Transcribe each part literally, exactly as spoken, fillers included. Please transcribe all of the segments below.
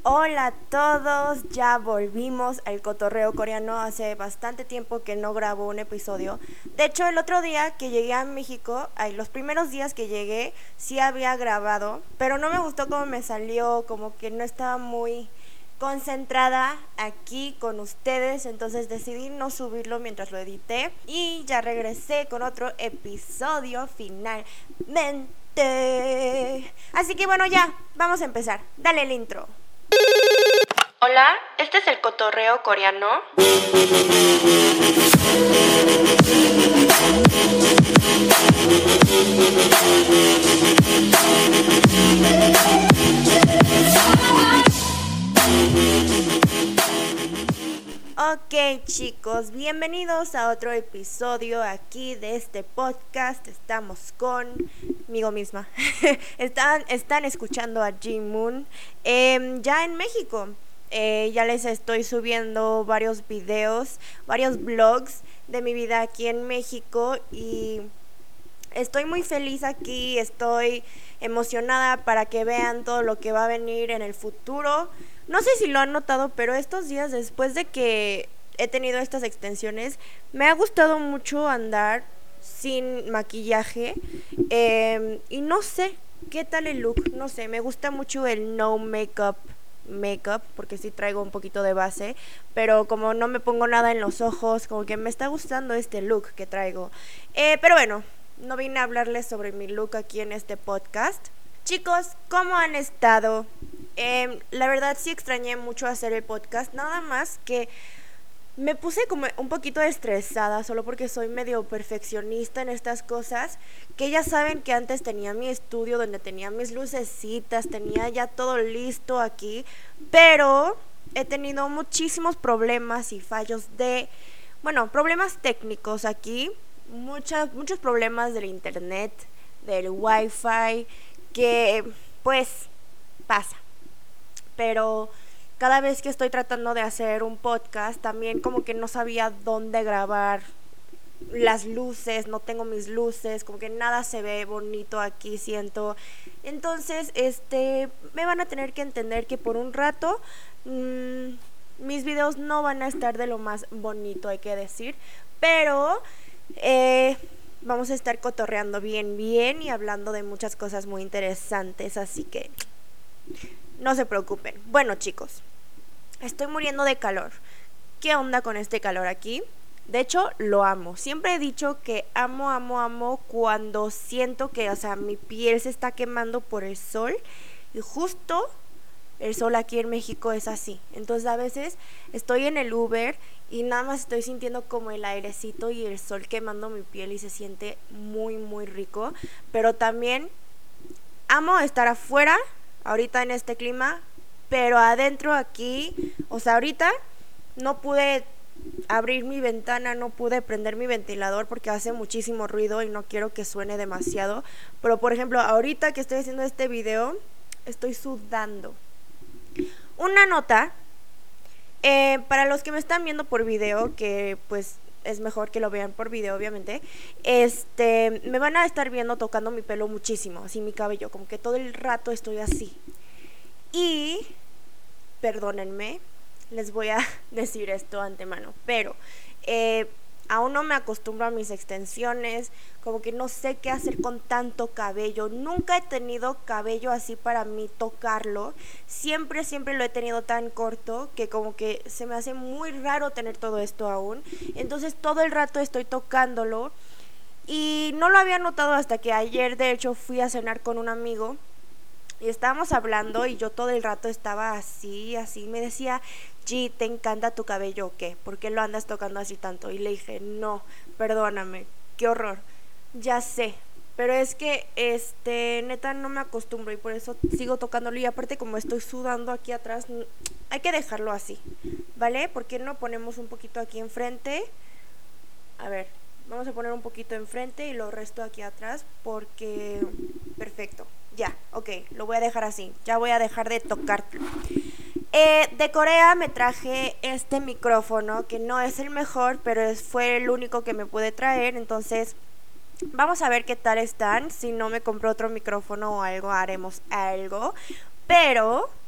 Hola a todos, ya volvimos al cotorreo coreano. Hace bastante tiempo que no grabo un episodio. De hecho, el otro día que llegué a México, ay, los primeros días que llegué, sí había grabado, pero no me gustó cómo me salió, como que no estaba muy concentrada aquí con ustedes, entonces decidí no subirlo mientras lo edité y ya regresé con otro episodio finalmente. Así que bueno, ya, vamos a empezar. Dale el intro. Hola, este es el cotorreo coreano. Ok chicos, bienvenidos a otro episodio aquí de este podcast. Estamos conmigo misma. están, están escuchando a Jimun eh, ya en México. Eh, ya les estoy subiendo varios videos, varios vlogs de mi vida aquí en México y estoy muy feliz aquí, estoy emocionada para que vean todo lo que va a venir en el futuro. No sé si lo han notado, pero estos días después de que he tenido estas extensiones, me ha gustado mucho andar sin maquillaje eh, y no sé qué tal el look, no sé, me gusta mucho el no makeup makeup porque sí traigo un poquito de base, pero como no me pongo nada en los ojos, como que me está gustando este look que traigo. Eh, pero bueno, no vine a hablarles sobre mi look aquí en este podcast. Chicos, ¿cómo han estado? Eh, la verdad sí extrañé mucho hacer el podcast, nada más que me puse como un poquito estresada solo porque soy medio perfeccionista en estas cosas, que ya saben que antes tenía mi estudio donde tenía mis lucecitas, tenía ya todo listo aquí, pero he tenido muchísimos problemas y fallos de, bueno, problemas técnicos aquí, muchas, muchos problemas del internet, del wifi, que pues pasa, pero cada vez que estoy tratando de hacer un podcast, también como que no sabía dónde grabar las luces, no tengo mis luces, como que nada se ve bonito aquí, siento. Entonces, este, me van a tener que entender que por un rato mmm, mis videos no van a estar de lo más bonito, hay que decir, pero eh, vamos a estar cotorreando bien, bien y hablando de muchas cosas muy interesantes, así que no se preocupen. Bueno, chicos, estoy muriendo de calor. ¿Qué onda con este calor aquí? De hecho, lo amo. Siempre he dicho que amo, amo, amo cuando siento que, o sea, mi piel se está quemando por el sol. Y justo el sol aquí en México es así. Entonces a veces estoy en el Uber y nada más estoy sintiendo como el airecito y el sol quemando mi piel y se siente muy, muy rico. Pero también amo estar afuera, ahorita en este clima, pero adentro aquí, o sea, ahorita no pude abrir mi ventana, no pude prender mi ventilador porque hace muchísimo ruido y no quiero que suene demasiado. Pero por ejemplo, ahorita que estoy haciendo este video, estoy sudando. Una nota, eh, para los que me están viendo por video, que pues es mejor que lo vean por video, obviamente, este, me van a estar viendo tocando mi pelo muchísimo, así mi cabello, como que todo el rato estoy así. Y perdónenme, les voy a decir esto antemano, pero eh, aún no me acostumbro a mis extensiones, como que no sé qué hacer con tanto cabello. Nunca he tenido cabello así para mí tocarlo, siempre, siempre lo he tenido tan corto que como que se me hace muy raro tener todo esto aún. Entonces todo el rato estoy tocándolo y no lo había notado hasta que ayer de hecho fui a cenar con un amigo y estábamos hablando y yo todo el rato estaba así, así, me decía, G, ¿te encanta tu cabello o qué? ¿Por qué lo andas tocando así tanto? Y le dije, no, perdóname, qué horror, ya sé, pero es que, este, neta no me acostumbro y por eso sigo tocándolo y aparte como estoy sudando aquí atrás, hay que dejarlo así, ¿vale? ¿Por qué no ponemos un poquito aquí enfrente? A ver, vamos a poner un poquito enfrente y lo resto aquí atrás porque, perfecto. Ya, ok, lo voy a dejar así. Ya voy a dejar de tocar. Eh, de Corea me traje este micrófono, que no es el mejor, pero es, fue el único que me pude traer. Entonces, vamos a ver qué tal están. Si no me compro otro micrófono o algo, haremos algo. Pero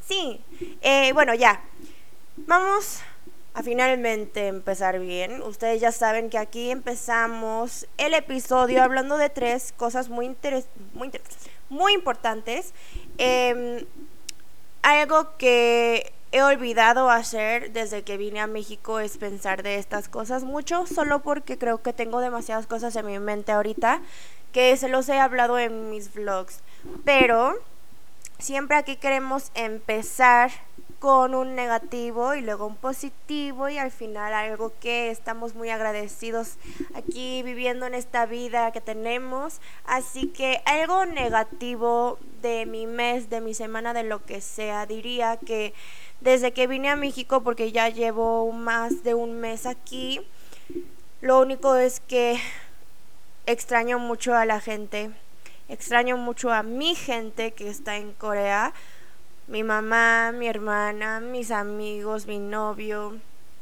Sí, eh, bueno, ya. Vamos a finalmente empezar bien. Ustedes ya saben que aquí empezamos el episodio hablando de tres cosas muy, interes muy, interes muy importantes. Eh, algo que he olvidado hacer desde que vine a México es pensar de estas cosas mucho, solo porque creo que tengo demasiadas cosas en mi mente ahorita que se los he hablado en mis vlogs. Pero siempre aquí queremos empezar con un negativo y luego un positivo y al final algo que estamos muy agradecidos aquí viviendo en esta vida que tenemos. Así que algo negativo de mi mes, de mi semana, de lo que sea, diría que desde que vine a México, porque ya llevo más de un mes aquí, lo único es que extraño mucho a la gente. Extraño mucho a mi gente que está en Corea, mi mamá, mi hermana, mis amigos, mi novio.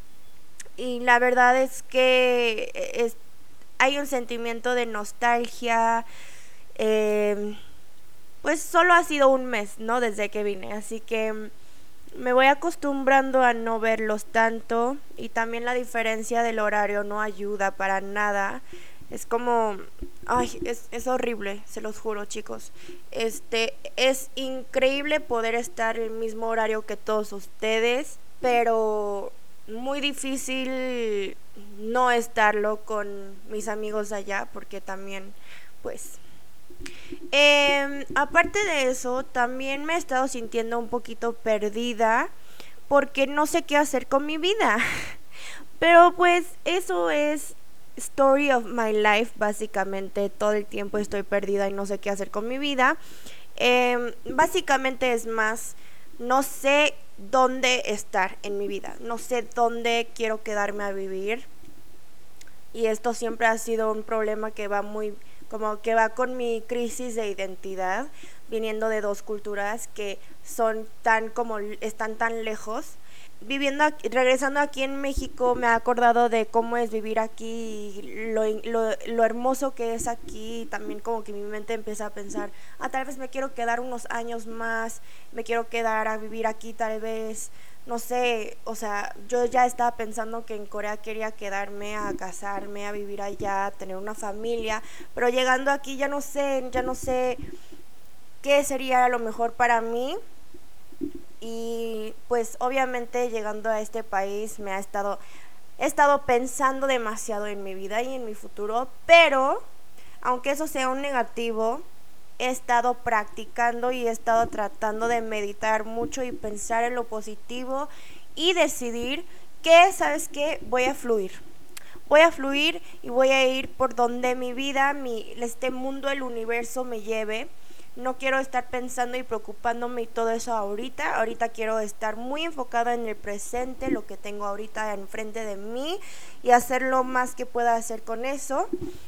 Y la verdad es que es, hay un sentimiento de nostalgia. Eh, pues solo ha sido un mes, ¿no? Desde que vine, así que me voy acostumbrando a no verlos tanto y también la diferencia del horario no ayuda para nada. Es como, ay, es, es horrible, se los juro, chicos. Este, es increíble poder estar en el mismo horario que todos ustedes, pero muy difícil no estarlo con mis amigos allá, porque también, pues... Eh, aparte de eso, también me he estado sintiendo un poquito perdida porque no sé qué hacer con mi vida. Pero pues eso es story of my life, básicamente todo el tiempo estoy perdida y no sé qué hacer con mi vida. Eh, básicamente es más, no sé dónde estar en mi vida, no sé dónde quiero quedarme a vivir. Y esto siempre ha sido un problema que va muy, como que va con mi crisis de identidad, viniendo de dos culturas que son tan como, están tan lejos. Viviendo aquí, regresando aquí en México, me he acordado de cómo es vivir aquí, lo, lo, lo hermoso que es aquí. También como que mi mente empieza a pensar, ah, tal vez me quiero quedar unos años más, me quiero quedar a vivir aquí tal vez, no sé, o sea, yo ya estaba pensando que en Corea quería quedarme a casarme, a vivir allá, a tener una familia, pero llegando aquí ya no sé, ya no sé qué sería lo mejor para mí. Y pues obviamente llegando a este país me ha estado he estado pensando demasiado en mi vida y en mi futuro, pero aunque eso sea un negativo, he estado practicando y he estado tratando de meditar mucho y pensar en lo positivo y decidir que, ¿sabes qué? Voy a fluir. Voy a fluir y voy a ir por donde mi vida, mi, este mundo, el universo me lleve. No quiero estar pensando y preocupándome y todo eso ahorita. Ahorita quiero estar muy enfocada en el presente, lo que tengo ahorita enfrente de mí y hacer lo más que pueda hacer con eso.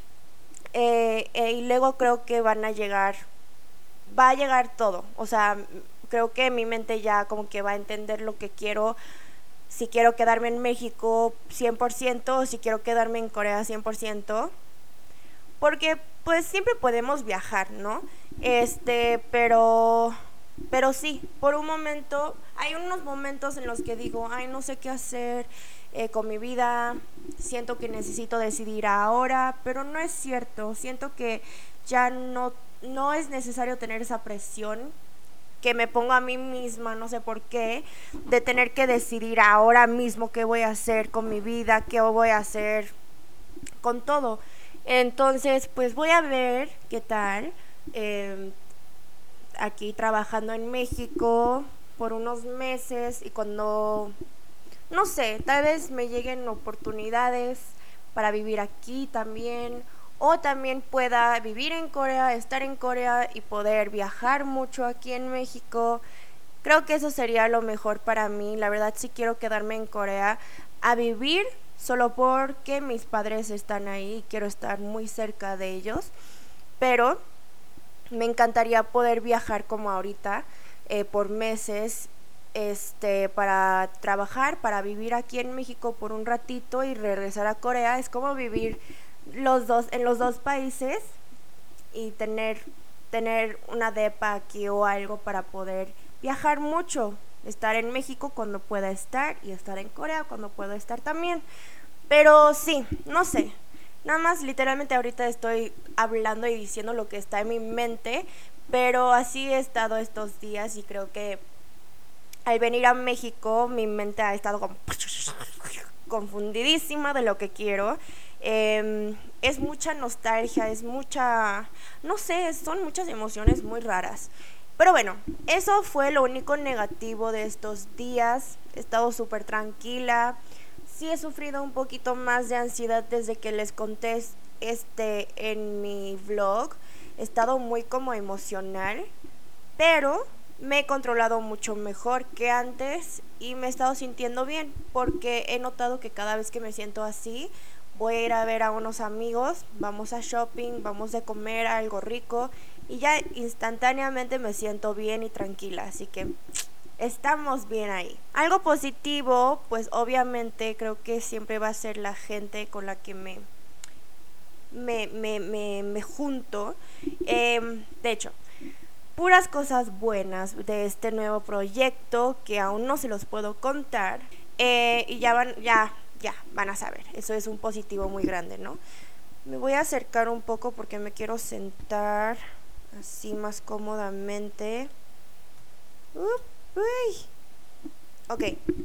Eh, eh, y luego creo que van a llegar, va a llegar todo. O sea, creo que mi mente ya como que va a entender lo que quiero. Si quiero quedarme en México cien por ciento o si quiero quedarme en Corea cien por ciento. Porque pues siempre podemos viajar, ¿no? Este, pero pero sí, por un momento, hay unos momentos en los que digo, ay, no sé qué hacer eh, con mi vida, siento que necesito decidir ahora, pero no es cierto, siento que ya no, no es necesario tener esa presión que me pongo a mí misma, no sé por qué, de tener que decidir ahora mismo qué voy a hacer con mi vida, qué voy a hacer con todo. Entonces, pues voy a ver qué tal. Eh, aquí trabajando en México por unos meses y cuando, no sé, tal vez me lleguen oportunidades para vivir aquí también o también pueda vivir en Corea, estar en Corea y poder viajar mucho aquí en México. Creo que eso sería lo mejor para mí. La verdad sí quiero quedarme en Corea a vivir solo porque mis padres están ahí y quiero estar muy cerca de ellos, pero me encantaría poder viajar como ahorita eh, por meses este para trabajar, para vivir aquí en México por un ratito y regresar a Corea. Es como vivir los dos en los dos países y tener tener una depa aquí o algo para poder viajar mucho, estar en México cuando pueda estar y estar en Corea cuando pueda estar también. Pero sí, no sé, nada más literalmente ahorita estoy hablando y diciendo lo que está en mi mente, pero así he estado estos días y creo que al venir a México mi mente ha estado como confundidísima de lo que quiero. Eh, es mucha nostalgia, es mucha, no sé, son muchas emociones muy raras. Pero bueno, eso fue lo único negativo de estos días. He estado súper tranquila. Sí he sufrido un poquito más de ansiedad desde que les conté este en mi vlog. He estado muy como emocional, pero me he controlado mucho mejor que antes y me he estado sintiendo bien porque he notado que cada vez que me siento así voy a ir a ver a unos amigos, vamos a shopping, vamos a comer algo rico y ya instantáneamente me siento bien y tranquila, así que estamos bien ahí. Algo positivo, pues obviamente creo que siempre va a ser la gente con la que me me, me, me, me junto. Eh, de hecho, puras cosas buenas de este nuevo proyecto que aún no se los puedo contar. Eh, y ya van, ya, ya van a saber. Eso es un positivo muy grande, ¿no? Me voy a acercar un poco porque me quiero sentar así más cómodamente. Uh, uy. Ok,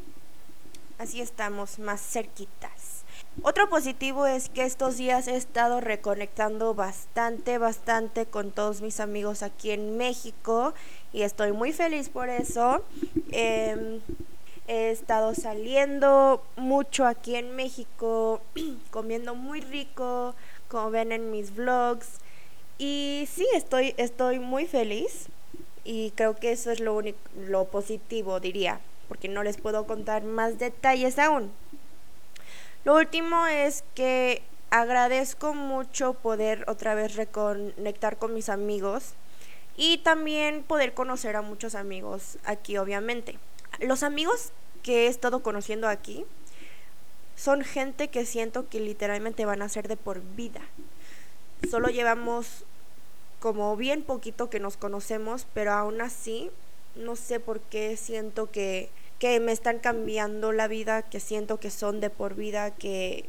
así estamos más cerquitas. Otro positivo es que estos días he estado reconectando bastante, bastante con todos mis amigos aquí en México y estoy muy feliz por eso. Eh, he estado saliendo mucho aquí en México, comiendo muy rico, como ven en mis vlogs. Y sí, estoy, estoy muy feliz y creo que eso es lo único, lo positivo, diría, porque no les puedo contar más detalles aún. Lo último es que agradezco mucho poder otra vez reconectar con mis amigos y también poder conocer a muchos amigos aquí, obviamente. Los amigos que he estado conociendo aquí son gente que siento que literalmente van a ser de por vida. Solo llevamos como bien poquito que nos conocemos, pero aún así no sé por qué siento que que me están cambiando la vida, que siento que son de por vida, que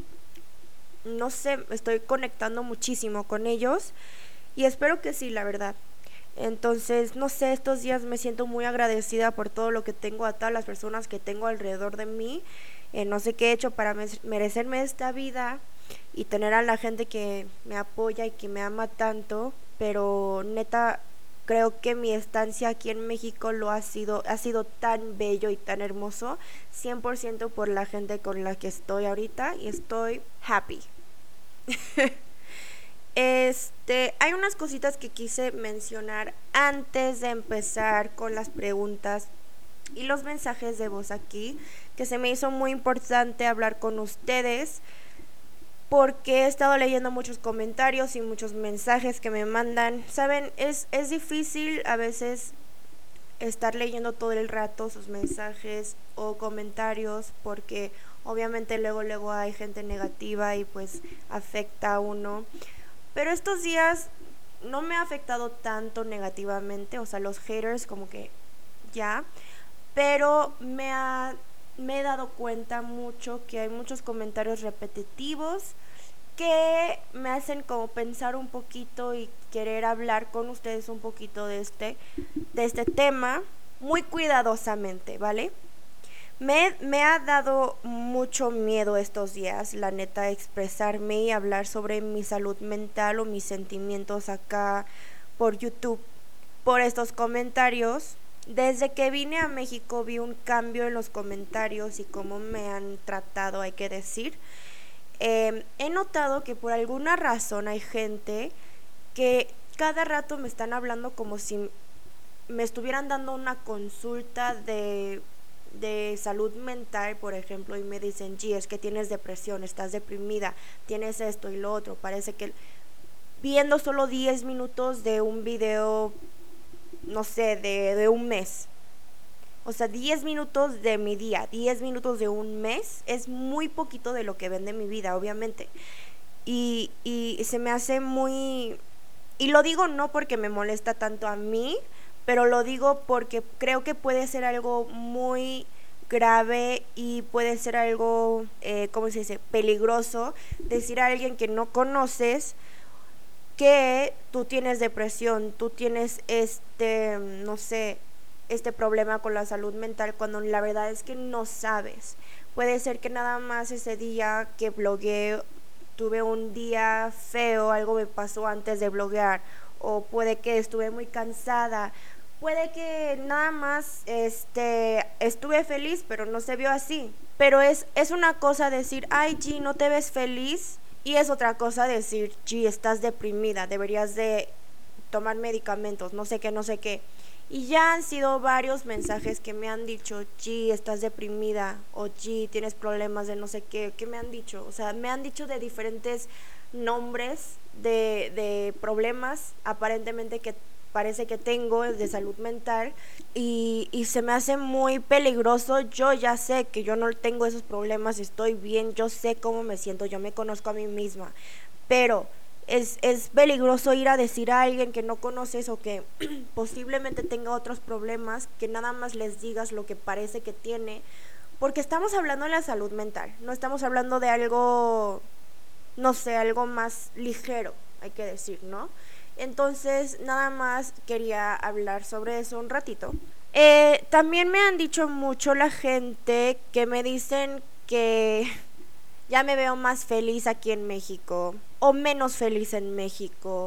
no sé, estoy conectando muchísimo con ellos y espero que sí, la verdad. Entonces, no sé, estos días me siento muy agradecida por todo lo que tengo, a todas las personas que tengo alrededor de mí. Eh, no sé qué he hecho para merecerme esta vida y tener a la gente que me apoya y que me ama tanto, pero neta creo que mi estancia aquí en México lo ha sido, ha sido tan bello y tan hermoso, cien por ciento por la gente con la que estoy ahorita y estoy happy. Este, hay unas cositas que quise mencionar antes de empezar con las preguntas y los mensajes de voz aquí, que se me hizo muy importante hablar con ustedes porque he estado leyendo muchos comentarios y muchos mensajes que me mandan. Saben, es, es difícil a veces estar leyendo todo el rato sus mensajes o comentarios porque obviamente luego luego hay gente negativa y pues afecta a uno. Pero estos días no me ha afectado tanto negativamente, o sea, los haters como que ya, pero me ha me he dado cuenta mucho que hay muchos comentarios repetitivos que me hacen como pensar un poquito y querer hablar con ustedes un poquito de este, de este tema muy cuidadosamente, ¿vale? Me, me ha dado mucho miedo estos días, la neta, expresarme y hablar sobre mi salud mental o mis sentimientos acá por YouTube, por estos comentarios. Desde que vine a México vi un cambio en los comentarios y cómo me han tratado, hay que decir. Eh, he notado que por alguna razón hay gente que cada rato me están hablando como si me estuvieran dando una consulta de, de salud mental, por ejemplo, y me dicen, G, es que tienes depresión, estás deprimida, tienes esto y lo otro. Parece que viendo solo diez minutos de un video, no sé, de, de un mes. O sea, diez minutos de mi día, diez minutos de un mes, es muy poquito de lo que ven de mi vida, obviamente. Y, y se me hace muy... Y lo digo no porque me molesta tanto a mí, pero lo digo porque creo que puede ser algo muy grave y puede ser algo, eh, ¿cómo se dice?, peligroso decir a alguien que no conoces que tú tienes depresión, tú tienes este, no sé, este problema con la salud mental, cuando la verdad es que no sabes. Puede ser que nada más ese día que blogueé tuve un día feo, algo me pasó antes de bloguear, o puede que estuve muy cansada, puede que nada más este estuve feliz, pero no se vio así. Pero es, es una cosa decir, ay G, no te ves feliz, y es otra cosa decir, G, estás deprimida, deberías de tomar medicamentos, no sé qué, no sé qué. Y ya han sido varios mensajes que me han dicho, G, estás deprimida, o G, tienes problemas de no sé qué, ¿qué me han dicho? O sea, me han dicho de diferentes nombres de, de problemas, aparentemente que parece que tengo de salud mental, y, y se me hace muy peligroso. Yo ya sé que yo no tengo esos problemas, estoy bien, yo sé cómo me siento, yo me conozco a mí misma, pero es, es peligroso ir a decir a alguien que no conoces o que posiblemente tenga otros problemas, que nada más les digas lo que parece que tiene, porque estamos hablando de la salud mental, no estamos hablando de algo, no sé, algo más ligero, hay que decir, ¿no? Entonces, nada más quería hablar sobre eso un ratito. Eh, también me han dicho mucho la gente que me dicen que ya me veo más feliz aquí en México o menos feliz en México.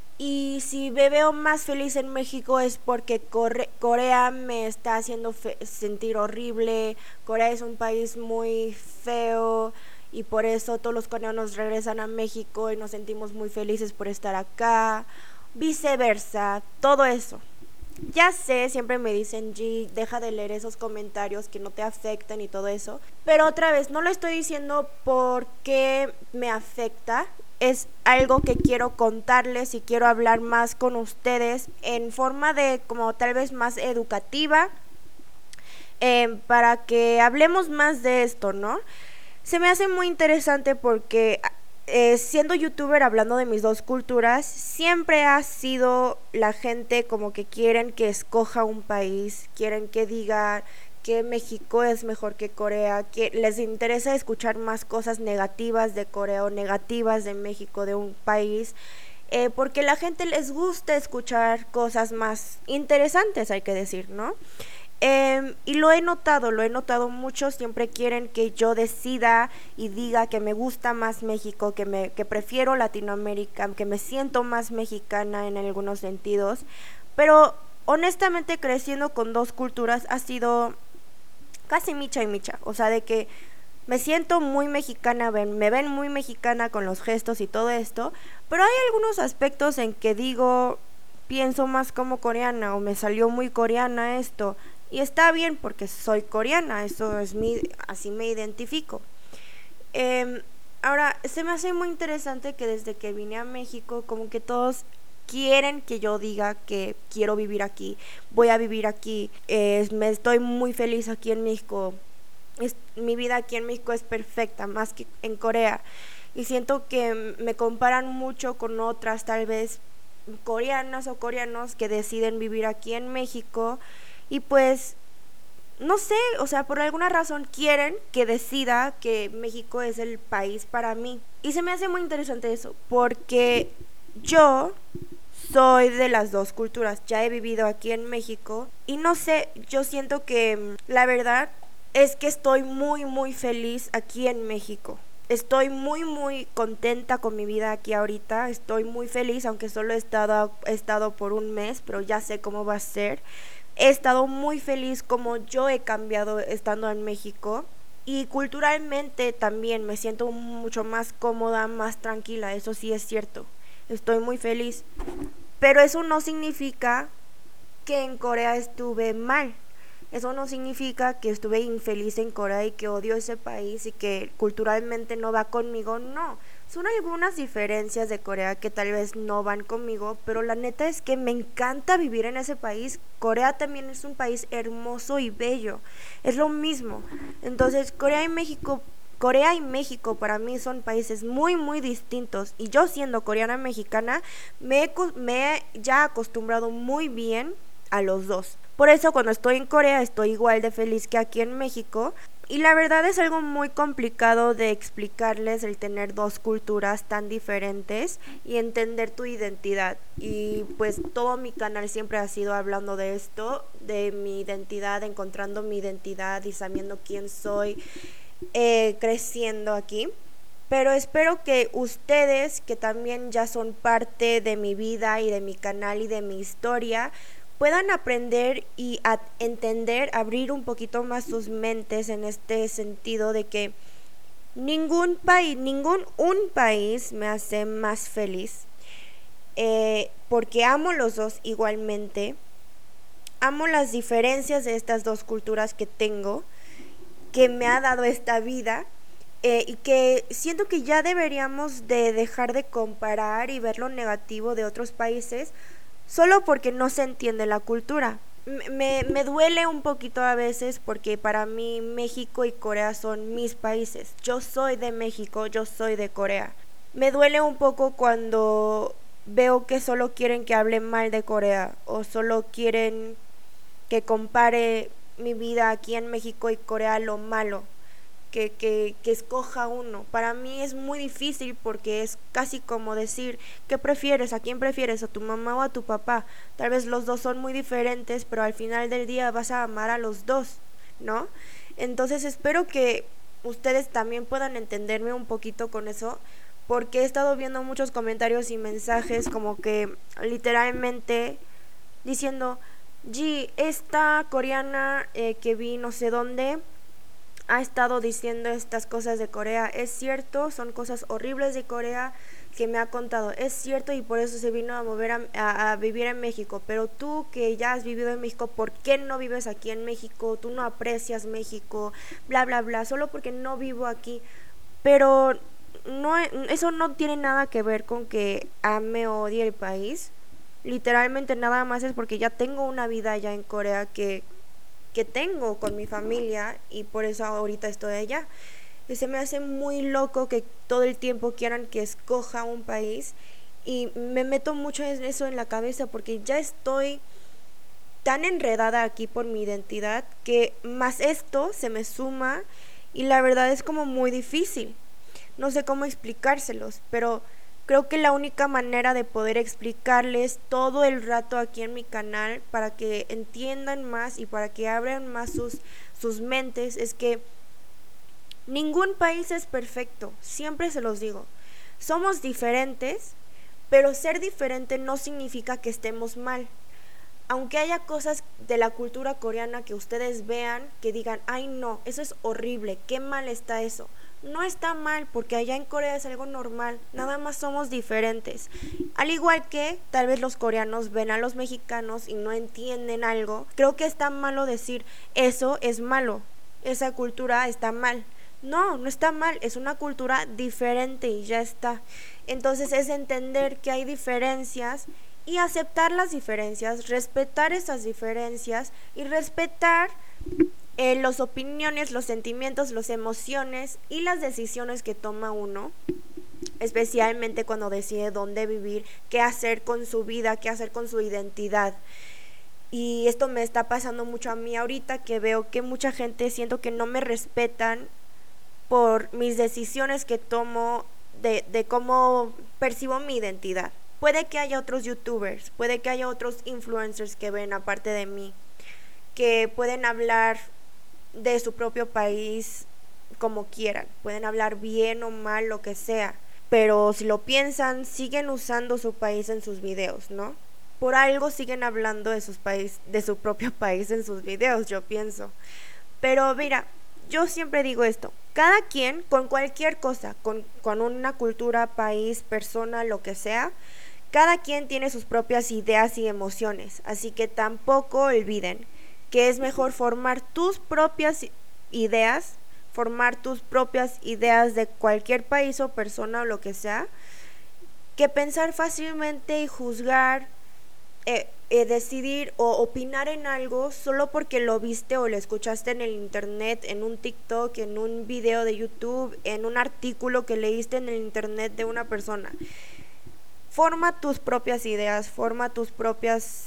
Y si me veo más feliz en México es porque Corre- Corea me está haciendo fe- sentir horrible. Corea es un país muy feo y por eso todos los coreanos regresan a México y nos sentimos muy felices por estar acá. Viceversa, todo eso. Ya sé, siempre me dicen, G, deja de leer esos comentarios que no te afectan y todo eso. Pero otra vez, no lo estoy diciendo porque me afecta. Es algo que quiero contarles y quiero hablar más con ustedes en forma de como tal vez más educativa, eh, para que hablemos más de esto, ¿no? Se me hace muy interesante porque eh, siendo youtuber, hablando de mis dos culturas, siempre ha sido la gente como que quieren que escoja un país, quieren que diga que México es mejor que Corea, que les interesa escuchar más cosas negativas de Corea o negativas de México, de un país, eh, porque la gente les gusta escuchar cosas más interesantes, hay que decir, ¿no? Eh, y lo he notado, lo he notado mucho, siempre quieren que yo decida y diga que me gusta más México, que, me, que prefiero Latinoamérica, que me siento más mexicana en algunos sentidos, pero honestamente creciendo con dos culturas ha sido casi micha y micha, o sea, de que me siento muy mexicana, ven, me ven muy mexicana con los gestos y todo esto, pero hay algunos aspectos en que digo, pienso más como coreana o me salió muy coreana esto. Y está bien porque soy coreana, eso es mi, así me identifico. Eh, ahora, se me hace muy interesante que desde que vine a México, como que todos quieren que yo diga que quiero vivir aquí, voy a vivir aquí, eh, me estoy muy feliz aquí en México, es, mi vida aquí en México es perfecta, más que en Corea. Y siento que me comparan mucho con otras, tal vez coreanas o coreanos que deciden vivir aquí en México y pues no sé, o sea, por alguna razón quieren que decida que México es el país para mí. Y se me hace muy interesante eso, porque yo soy de las dos culturas, ya he vivido aquí en México y no sé, yo siento que la verdad es que estoy muy muy feliz aquí en México. Estoy muy muy contenta con mi vida aquí ahorita, estoy muy feliz, aunque solo he estado, he estado por un mes, pero ya sé cómo va a ser. He estado muy feliz como yo he cambiado estando en México y culturalmente también me siento mucho más cómoda, más tranquila, eso sí es cierto. Estoy muy feliz, pero eso no significa que en Corea estuve mal. Eso no significa que estuve infeliz en Corea y que odio ese país y que culturalmente no va conmigo, no. Son algunas diferencias de Corea que tal vez no van conmigo, pero la neta es que me encanta vivir en ese país. Corea también es un país hermoso y bello, es lo mismo. Entonces Corea y México, Corea y México para mí son países muy muy distintos y yo siendo coreana mexicana me he, me he ya acostumbrado muy bien a los dos. Por eso cuando estoy en Corea estoy igual de feliz que aquí en México. Y la verdad es algo muy complicado de explicarles el tener dos culturas tan diferentes y entender tu identidad. Y pues todo mi canal siempre ha sido hablando de esto, de mi identidad, encontrando mi identidad y sabiendo quién soy, eh, creciendo aquí. Pero espero que ustedes, que también ya son parte de mi vida y de mi canal y de mi historia, puedan aprender y a entender, abrir un poquito más sus mentes en este sentido de que ningún país, ningún un país me hace más feliz, eh, porque amo los dos igualmente, amo las diferencias de estas dos culturas que tengo, que me ha dado esta vida. Eh, y que siento que ya deberíamos de dejar de comparar y ver lo negativo de otros países solo porque no se entiende la cultura. Me, me duele un poquito a veces porque para mí México y Corea son mis países. Yo soy de México, yo soy de Corea. Me duele un poco cuando veo que solo quieren que hable mal de Corea o solo quieren que compare mi vida aquí en México y Corea lo malo. Que, que, que escoja uno. Para mí es muy difícil porque es casi como decir, ¿qué prefieres? ¿A quién prefieres? ¿A tu mamá o a tu papá? Tal vez los dos son muy diferentes, pero al final del día vas a amar a los dos, ¿no? Entonces espero que ustedes también puedan entenderme un poquito con eso, porque he estado viendo muchos comentarios y mensajes como que literalmente diciendo, G, esta coreana eh, que vi no sé dónde ha estado diciendo estas cosas de Corea. Es cierto, son cosas horribles de Corea que me ha contado. Es cierto y por eso se vino a mover a, a, a vivir en México. Pero tú que ya has vivido en México, ¿por qué no vives aquí en México? Tú no aprecias México, bla, bla, bla, solo porque no vivo aquí. Pero no, eso no tiene nada que ver con que ame o odie el país. Literalmente nada más es porque ya tengo una vida allá en Corea que que tengo con mi familia y por eso ahorita estoy allá. Y se me hace muy loco que todo el tiempo quieran que escoja un país y me meto mucho en eso en la cabeza porque ya estoy tan enredada aquí por mi identidad que más esto se me suma y la verdad es como muy difícil. No sé cómo explicárselos, pero creo que la única manera de poder explicarles todo el rato aquí en mi canal para que entiendan más y para que abran más sus, sus mentes es que ningún país es perfecto, siempre se los digo. Somos diferentes, pero ser diferente no significa que estemos mal. Aunque haya cosas de la cultura coreana que ustedes vean, que digan, ay no, eso es horrible, qué mal está eso. No está mal porque allá en Corea es algo normal, nada más somos diferentes. Al igual que tal vez los coreanos ven a los mexicanos y no entienden algo, creo que está malo decir eso es malo, esa cultura está mal. No, no está mal, es una cultura diferente y ya está. Entonces es entender que hay diferencias y aceptar las diferencias, respetar esas diferencias y respetar eh, las opiniones, los sentimientos, las emociones y las decisiones que toma uno, especialmente cuando decide dónde vivir, qué hacer con su vida, qué hacer con su identidad. Y esto me está pasando mucho a mí ahorita, que veo que mucha gente siento que no me respetan por mis decisiones que tomo de, de cómo percibo mi identidad. Puede que haya otros youtubers, puede que haya otros influencers que ven aparte de mí, que pueden hablar de su propio país como quieran, pueden hablar bien o mal, lo que sea, pero si lo piensan, siguen usando su país en sus videos, ¿no? Por algo siguen hablando de, sus país, de su propio país en sus videos, yo pienso. Pero mira, yo siempre digo esto, cada quien con cualquier cosa, con, con una cultura, país, persona, lo que sea, cada quien tiene sus propias ideas y emociones, así que tampoco olviden que es mejor formar tus propias ideas, formar tus propias ideas de cualquier país o persona o lo que sea, que pensar fácilmente y juzgar, eh, eh, decidir o opinar en algo solo porque lo viste o lo escuchaste en el internet, en un TikTok, en un video de YouTube, en un artículo que leíste en el internet de una persona. Forma tus propias ideas, forma tus propias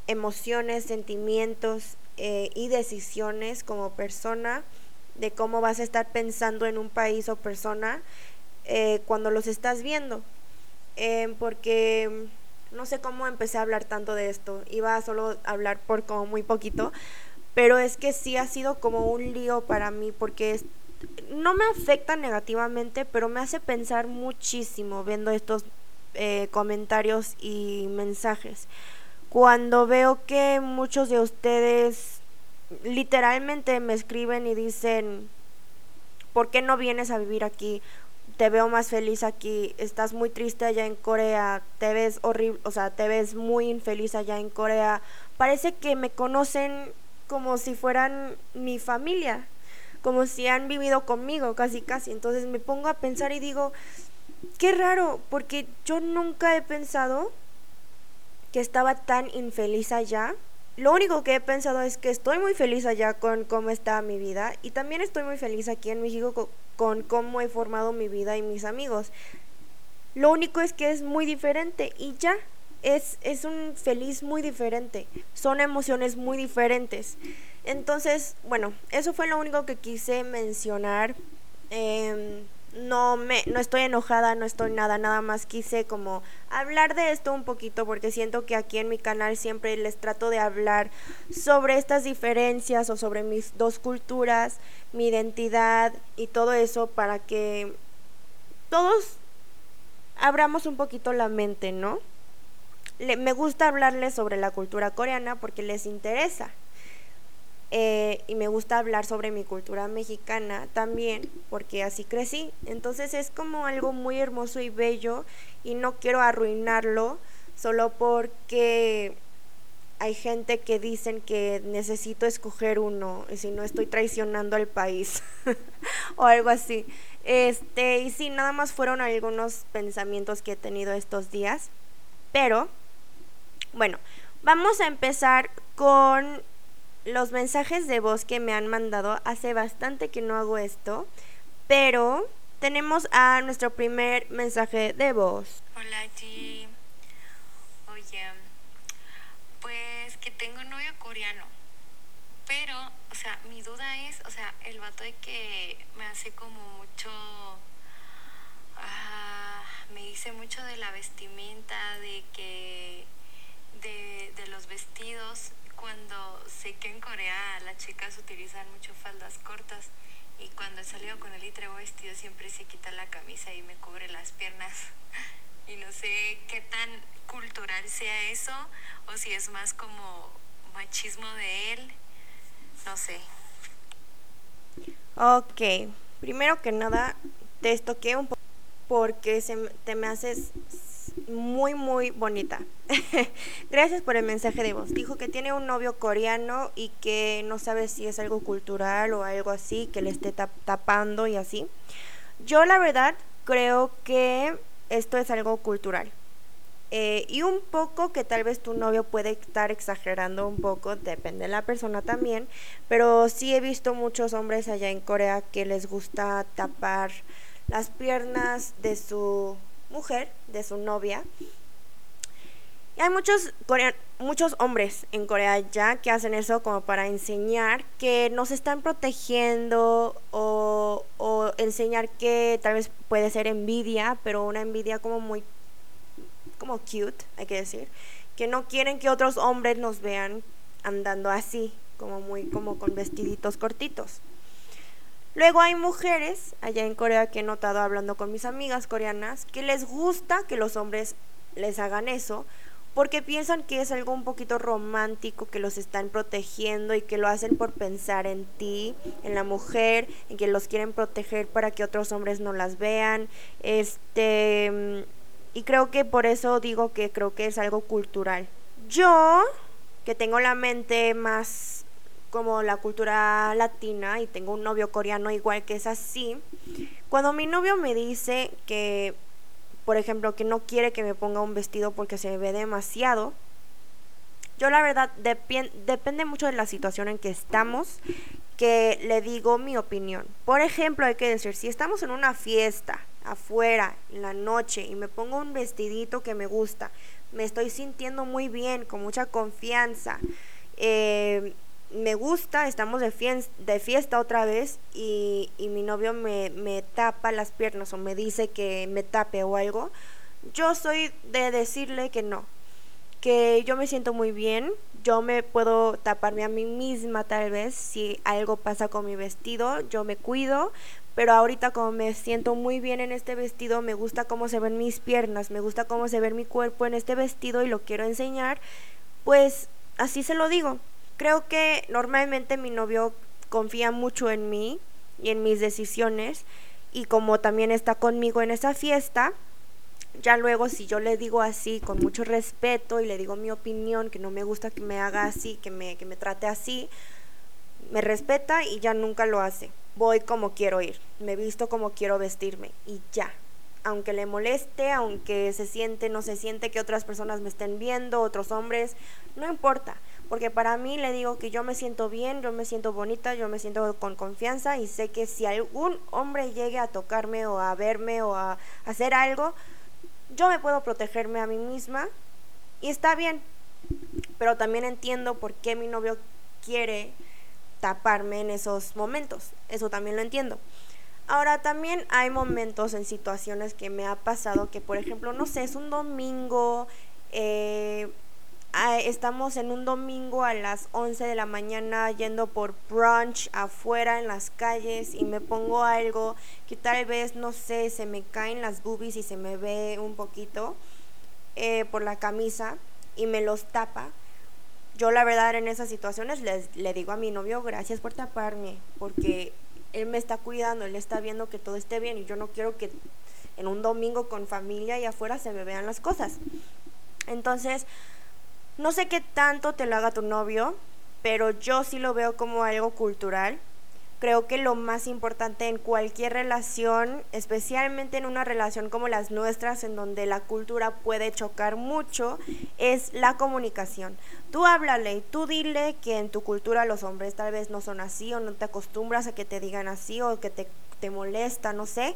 emociones, sentimientos eh, y decisiones como persona, de cómo vas a estar pensando en un país o persona eh, cuando los estás viendo. Eh, porque no sé cómo empecé a hablar tanto de esto, iba a solo hablar por como muy poquito, pero es que sí ha sido como un lío para mí porque es, no me afecta negativamente, pero me hace pensar muchísimo viendo estos eh, comentarios y mensajes. Cuando veo que muchos de ustedes literalmente me escriben y dicen, ¿por qué no vienes a vivir aquí? Te veo más feliz aquí, estás muy triste allá en Corea, te ves horrible, o sea, te ves muy infeliz allá en Corea. Parece que me conocen como si fueran mi familia, como si han vivido conmigo, casi casi. Entonces me pongo a pensar y digo, qué raro, porque yo nunca he pensado que estaba tan infeliz allá. Lo único que he pensado es que estoy muy feliz allá con cómo está mi vida y también estoy muy feliz aquí en México con, con cómo he formado mi vida y mis amigos. Lo único es que es muy diferente y ya, es, es un feliz muy diferente, son emociones muy diferentes. Entonces, bueno, eso fue lo único que quise mencionar. Eh, no me no estoy enojada, no estoy nada, nada más quise como hablar de esto un poquito porque siento que aquí en mi canal siempre les trato de hablar sobre estas diferencias o sobre mis dos culturas, mi identidad y todo eso para que todos abramos un poquito la mente, ¿no? Le, me gusta hablarles sobre la cultura coreana porque les interesa. Eh, y me gusta hablar sobre mi cultura mexicana también porque así crecí. Entonces es como algo muy hermoso y bello y no quiero arruinarlo solo porque hay gente que dicen que necesito escoger uno y si no estoy traicionando al país o algo así. Este, y sí, nada más fueron algunos pensamientos que he tenido estos días. Pero, bueno, vamos a empezar con los mensajes de voz que me han mandado. Hace bastante que no hago esto, pero tenemos a nuestro primer mensaje de voz. Hola G, oye, pues que tengo un novio coreano, pero, o sea, mi duda es, o sea, el vato de que me hace como mucho, uh, me dice mucho de la vestimenta, de que, de, de los vestidos, cuando sé que en Corea las chicas utilizan mucho faldas cortas y cuando he salido con él y traigo vestido siempre se quita la camisa y me cubre las piernas y no sé qué tan cultural sea eso o si es más como machismo de él, no sé. Ok, primero que nada te estoqué un poco porque se, te me haces muy muy bonita. Gracias por el mensaje de voz. Dijo que tiene un novio coreano y que no sabe si es algo cultural o algo así, que le esté tap- tapando y así. Yo la verdad creo que esto es algo cultural. Eh, y un poco que tal vez tu novio puede estar exagerando un poco, depende de la persona también, pero sí he visto muchos hombres allá en Corea que les gusta tapar las piernas de su mujer, de su novia. Y hay muchos corean- muchos hombres en Corea ya que hacen eso como para enseñar que nos están protegiendo o, o enseñar que tal vez puede ser envidia, pero una envidia como muy como cute, hay que decir, que no quieren que otros hombres nos vean andando así, como muy como con vestiditos cortitos. Luego hay mujeres allá en Corea que he notado hablando con mis amigas coreanas que les gusta que los hombres les hagan eso porque piensan que es algo un poquito romántico, que los están protegiendo y que lo hacen por pensar en ti, en la mujer, en que los quieren proteger para que otros hombres no las vean. Este, y creo que por eso digo que creo que es algo cultural. Yo, que tengo la mente más como la cultura latina y tengo un novio coreano igual que es así, cuando mi novio me dice que, por ejemplo, que no quiere que me ponga un vestido porque se me ve demasiado, yo la verdad depi- depende mucho de la situación en que estamos, que le digo mi opinión. Por ejemplo, hay que decir, si estamos en una fiesta afuera en la noche y me pongo un vestidito que me gusta, me estoy sintiendo muy bien, con mucha confianza. Eh, me gusta, estamos de fiesta, de fiesta otra vez y, y mi novio me, me tapa las piernas o me dice que me tape o algo. Yo soy de decirle que no, que yo me siento muy bien, yo me puedo taparme a mí misma tal vez si algo pasa con mi vestido, yo me cuido, pero ahorita como me siento muy bien en este vestido, me gusta cómo se ven mis piernas, me gusta cómo se ve mi cuerpo en este vestido y lo quiero enseñar, pues así se lo digo. Creo que normalmente mi novio confía mucho en mí y en mis decisiones y como también está conmigo en esa fiesta, ya luego si yo le digo así con mucho respeto y le digo mi opinión, que no me gusta que me haga así, que me, que me trate así, me respeta y ya nunca lo hace. Voy como quiero ir, me visto como quiero vestirme y ya. Aunque le moleste, aunque se siente, no se siente que otras personas me estén viendo, otros hombres, no importa. Porque para mí le digo que yo me siento bien, yo me siento bonita, yo me siento con confianza y sé que si algún hombre llegue a tocarme o a verme o a hacer algo, yo me puedo protegerme a mí misma y está bien. Pero también entiendo por qué mi novio quiere taparme en esos momentos, eso también lo entiendo. Ahora también hay momentos en situaciones que me ha pasado que, por ejemplo, no sé, es un domingo, eh, estamos en un domingo a las once de la mañana yendo por brunch afuera en las calles y me pongo algo que tal vez, no sé, se me caen las boobies y se me ve un poquito eh, por la camisa y me los tapa. Yo la verdad en esas situaciones les, le digo a mi novio, gracias por taparme, porque él me está cuidando, él está viendo que todo esté bien y yo no quiero que en un domingo con familia y afuera se me vean las cosas. Entonces, no sé qué tanto te lo haga tu novio, pero yo sí lo veo como algo cultural. Creo que lo más importante en cualquier relación, especialmente en una relación como las nuestras, en donde la cultura puede chocar mucho, es la comunicación. Tú háblale, tú dile que en tu cultura los hombres tal vez no son así o no te acostumbras a que te digan así o que te, te molesta, no sé.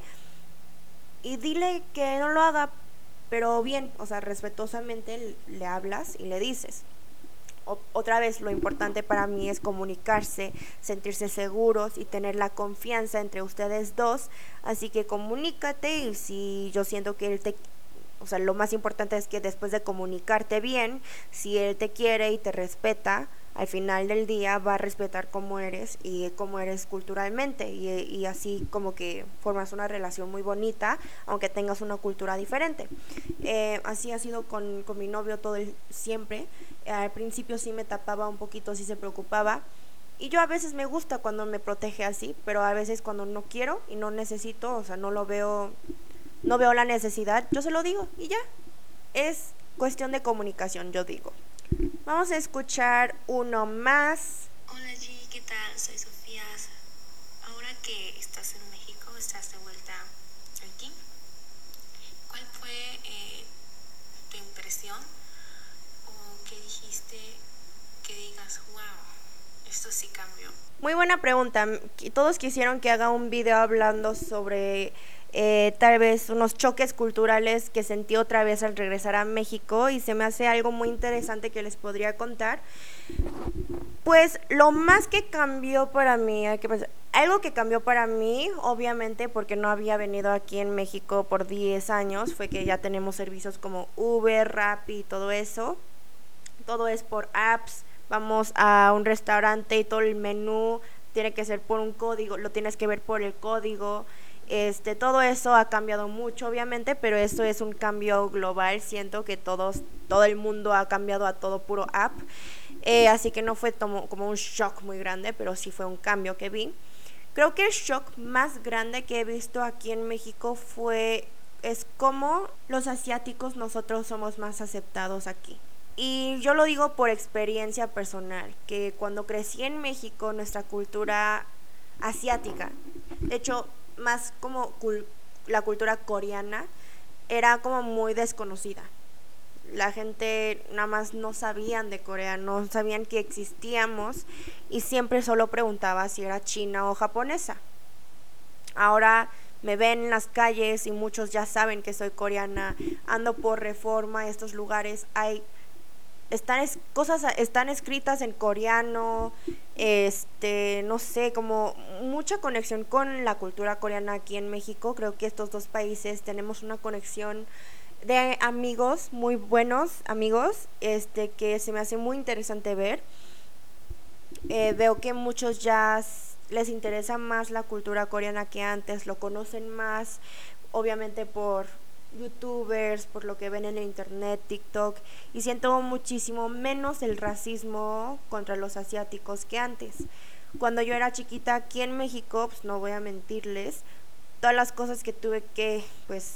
Y dile que no lo haga, pero bien, o sea, respetuosamente le hablas y le dices. O, otra vez, lo importante para mí es comunicarse, sentirse seguros y tener la confianza entre ustedes dos, así que comunícate y si yo siento que él te... O sea, lo más importante es que después de comunicarte bien, si él te quiere y te respeta, al final del día va a respetar cómo eres y cómo eres culturalmente y, y así como que formas una relación muy bonita, aunque tengas una cultura diferente. Eh, así ha sido con, con mi novio todo el, siempre. Eh, al principio sí me tapaba un poquito, sí se preocupaba. Y yo a veces me gusta cuando me protege así, pero a veces cuando no quiero y no necesito, o sea, no lo veo, no veo la necesidad, yo se lo digo y ya. Es cuestión de comunicación, yo digo. Vamos a escuchar uno más. Hola G, ¿qué tal? Soy Sofía. Ahora que estás en México, estás de vuelta aquí, ¿cuál fue eh, tu impresión o qué dijiste que digas, wow, esto sí cambió? Muy buena pregunta. Todos quisieron que haga un video hablando sobre eh, tal vez unos choques culturales que sentí otra vez al regresar a México y se me hace algo muy interesante que les podría contar. Pues lo más que cambió para mí, hay que pensar, algo que cambió para mí, obviamente porque no había venido aquí en México por diez años, fue que ya tenemos servicios como Uber, Rappi y todo eso. Todo es por apps. Vamos a un restaurante y todo el menú tiene que ser por un código, lo tienes que ver por el código. Este, todo eso ha cambiado mucho, obviamente, pero eso es un cambio global. Siento que todos, todo el mundo ha cambiado a todo puro app. Eh, así que no fue como, como un shock muy grande, pero sí fue un cambio que vi. Creo que el shock más grande que he visto aquí en México fue, es cómo los asiáticos nosotros somos más aceptados aquí. Y yo lo digo por experiencia personal, que cuando crecí en México, nuestra cultura asiática, de hecho, más como cul- la cultura coreana, era como muy desconocida. La gente nada más no sabían de Corea, no sabían que existíamos y siempre solo preguntaba si era china o japonesa. Ahora me ven en las calles y muchos ya saben que soy coreana. Ando por Reforma, estos lugares, hay están es, cosas están escritas en coreano, este, no sé, como mucha conexión con la cultura coreana aquí en México. Creo que estos dos países tenemos una conexión de amigos, muy buenos amigos, este, que se me hace muy interesante ver. Eh, veo que muchos ya les interesa más la cultura coreana que antes, lo conocen más, obviamente por youtubers, por lo que ven en el internet, TikTok, y siento muchísimo menos el racismo contra los asiáticos que antes. Cuando yo era chiquita aquí en México, pues no voy a mentirles, todas las cosas que tuve que, pues,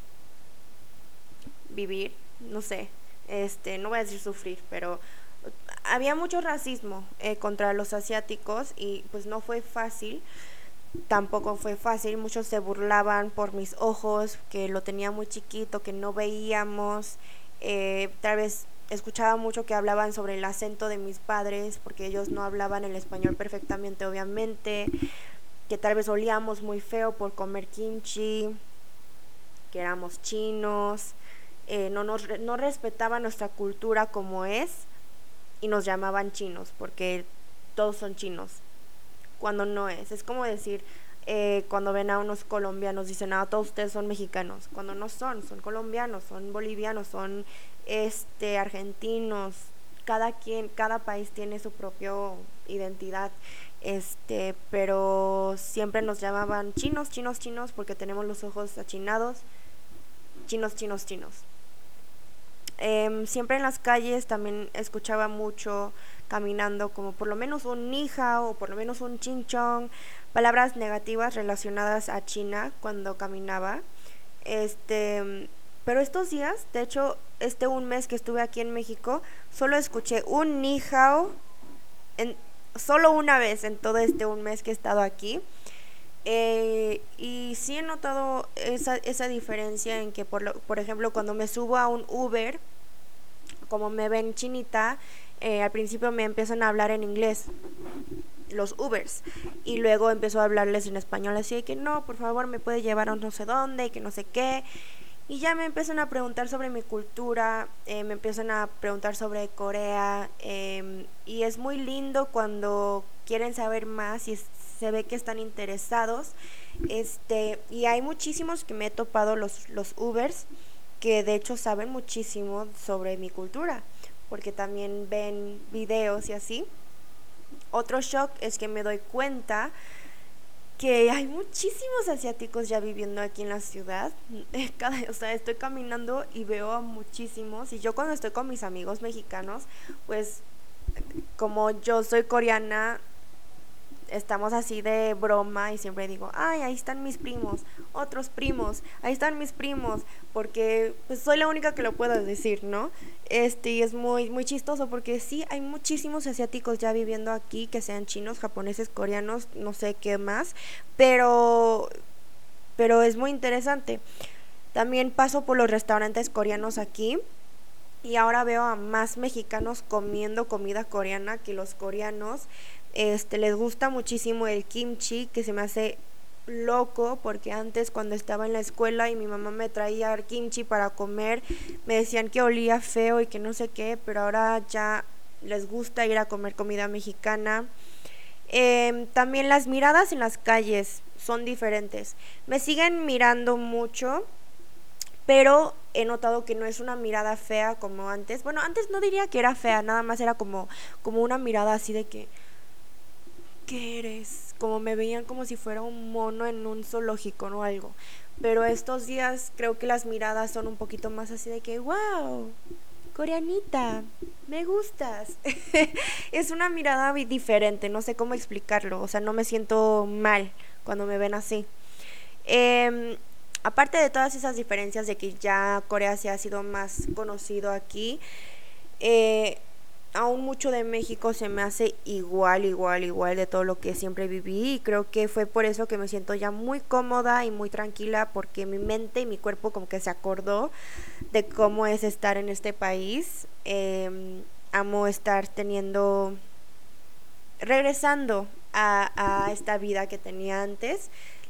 vivir, no sé, este, no voy a decir sufrir, pero había mucho racismo eh, contra los asiáticos y pues no fue fácil. Tampoco fue fácil, muchos se burlaban por mis ojos, que lo tenía muy chiquito, que no veíamos, eh, tal vez escuchaba mucho que hablaban sobre el acento de mis padres, porque ellos no hablaban el español perfectamente, obviamente, que tal vez olíamos muy feo por comer kimchi, que éramos chinos, eh, no, nos, no respetaban nuestra cultura como es y nos llamaban chinos, porque todos son chinos, cuando no es. Es como decir, eh, cuando ven a unos colombianos, dicen, ah, todos ustedes son mexicanos, cuando no son, son colombianos, son bolivianos, son este argentinos. Cada quien, cada país tiene su propia identidad, este, pero siempre nos llamaban chinos, chinos, chinos, porque tenemos los ojos achinados, chinos, chinos, chinos. Eh, siempre en las calles también escuchaba mucho caminando como por lo menos un ni hao o por lo menos un ching chong, palabras negativas relacionadas a China cuando caminaba. Este, pero estos días, de hecho, este un mes que estuve aquí en México, solo escuché un ni hao en, solo una vez en todo este un mes que he estado aquí. Eh, y sí he notado esa, esa diferencia en que, por, lo, por ejemplo, cuando me subo a un Uber, como me ven chinita, eh, al principio me empiezan a hablar en inglés los Ubers y luego empezó a hablarles en español, así de que no, por favor me puede llevar a no sé dónde y que no sé qué, y ya me empiezan a preguntar sobre mi cultura, eh, me empiezan a preguntar sobre Corea, eh, y es muy lindo cuando quieren saber más y se ve que están interesados, este, y hay muchísimos que me he topado los, los Ubers que de hecho saben muchísimo sobre mi cultura, porque también ven videos y así. Otro shock es que me doy cuenta que hay muchísimos asiáticos ya viviendo aquí en la ciudad. Cada, o sea, estoy caminando y veo a muchísimos, y yo cuando estoy con mis amigos mexicanos, pues como yo soy coreana, estamos así de broma y siempre digo, ay, ahí están mis primos, otros primos, ahí están mis primos, porque pues soy la única que lo puedo decir, ¿no? Este, y es muy, muy chistoso porque sí, hay muchísimos asiáticos ya viviendo aquí, que sean chinos, japoneses, coreanos, no sé qué más, pero, pero es muy interesante. También paso por los restaurantes coreanos aquí, y ahora veo a más mexicanos comiendo comida coreana que los coreanos. Este, les gusta muchísimo el kimchi, que se me hace loco, porque antes cuando estaba en la escuela y mi mamá me traía kimchi para comer, me decían que olía feo y que no sé qué, pero ahora ya les gusta ir a comer comida mexicana. Eh, también las miradas en las calles son diferentes. Me siguen mirando mucho, pero he notado que no es una mirada fea como antes. Bueno, antes no diría que era fea, nada más era como, como una mirada así de que, ¿qué eres? Como me veían como si fuera un mono en un zoológico o algo. Pero estos días creo que las miradas son un poquito más así de que, wow, coreanita, me gustas. Es una mirada diferente, no sé cómo explicarlo, o sea, no me siento mal cuando me ven así. Eh, aparte de todas esas diferencias de que ya Corea se ha sido más conocido aquí, eh, aún mucho de México se me hace igual, igual, igual de todo lo que siempre viví, y creo que fue por eso que me siento ya muy cómoda y muy tranquila, porque mi mente y mi cuerpo como que se acordó de cómo es estar en este país. Eh, amo estar teniendo, regresando a, a esta vida que tenía antes.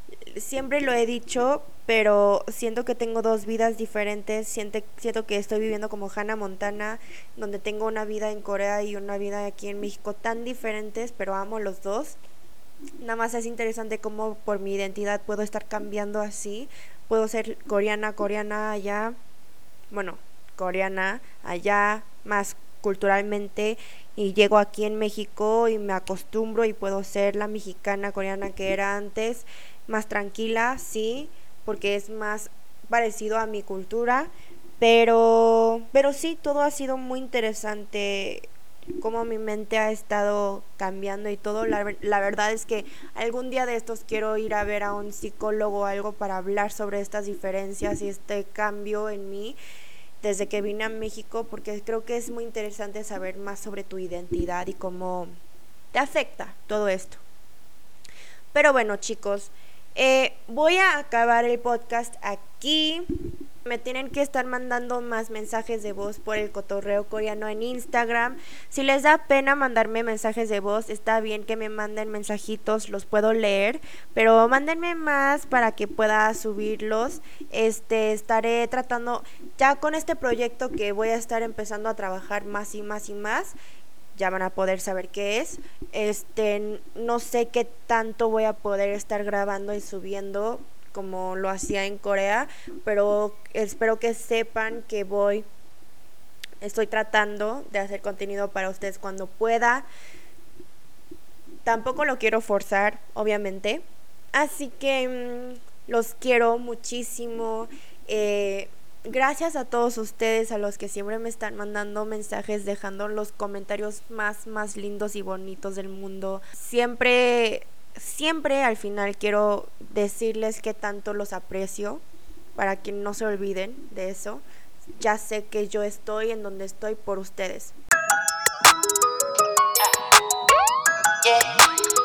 siempre lo he dicho, pero siento que tengo dos vidas diferentes. Siento, siento que estoy viviendo como Hannah Montana, donde tengo una vida en Corea y una vida aquí en México tan diferentes, pero amo los dos. Nada más es interesante cómo por mi identidad puedo estar cambiando así. Puedo ser coreana, coreana allá, bueno, coreana allá, más culturalmente, y llego aquí en México y me acostumbro y puedo ser la mexicana coreana que era antes, más tranquila, sí, porque es más parecido a mi cultura, pero pero sí, todo ha sido muy interesante cómo mi mente ha estado cambiando y todo. La, la verdad es que algún día de estos quiero ir a ver a un psicólogo o algo para hablar sobre estas diferencias y este cambio en mí desde que vine a México, porque creo que es muy interesante saber más sobre tu identidad y cómo te afecta todo esto. Pero bueno, chicos, eh, voy a acabar el podcast aquí. Me tienen que estar mandando más mensajes de voz por el cotorreo coreano en Instagram. Si les da pena mandarme mensajes de voz, está bien que me manden mensajitos, los puedo leer, pero mándenme más para que pueda subirlos. Este, estaré tratando, ya con este proyecto que voy a estar empezando a trabajar más y más y más, ya van a poder saber qué es. Este, no sé qué tanto voy a poder estar grabando y subiendo como lo hacía en Corea, pero espero que sepan que voy, estoy tratando de hacer contenido para ustedes cuando pueda. Tampoco lo quiero forzar, obviamente. Así que mmm, los quiero muchísimo. Eh, gracias a todos ustedes, a los que siempre me están mandando mensajes, dejando los comentarios más, más lindos y bonitos del mundo. Siempre... Siempre al final quiero decirles que tanto los aprecio, para que no se olviden de eso. Ya sé que yo estoy en donde estoy por ustedes. Yeah.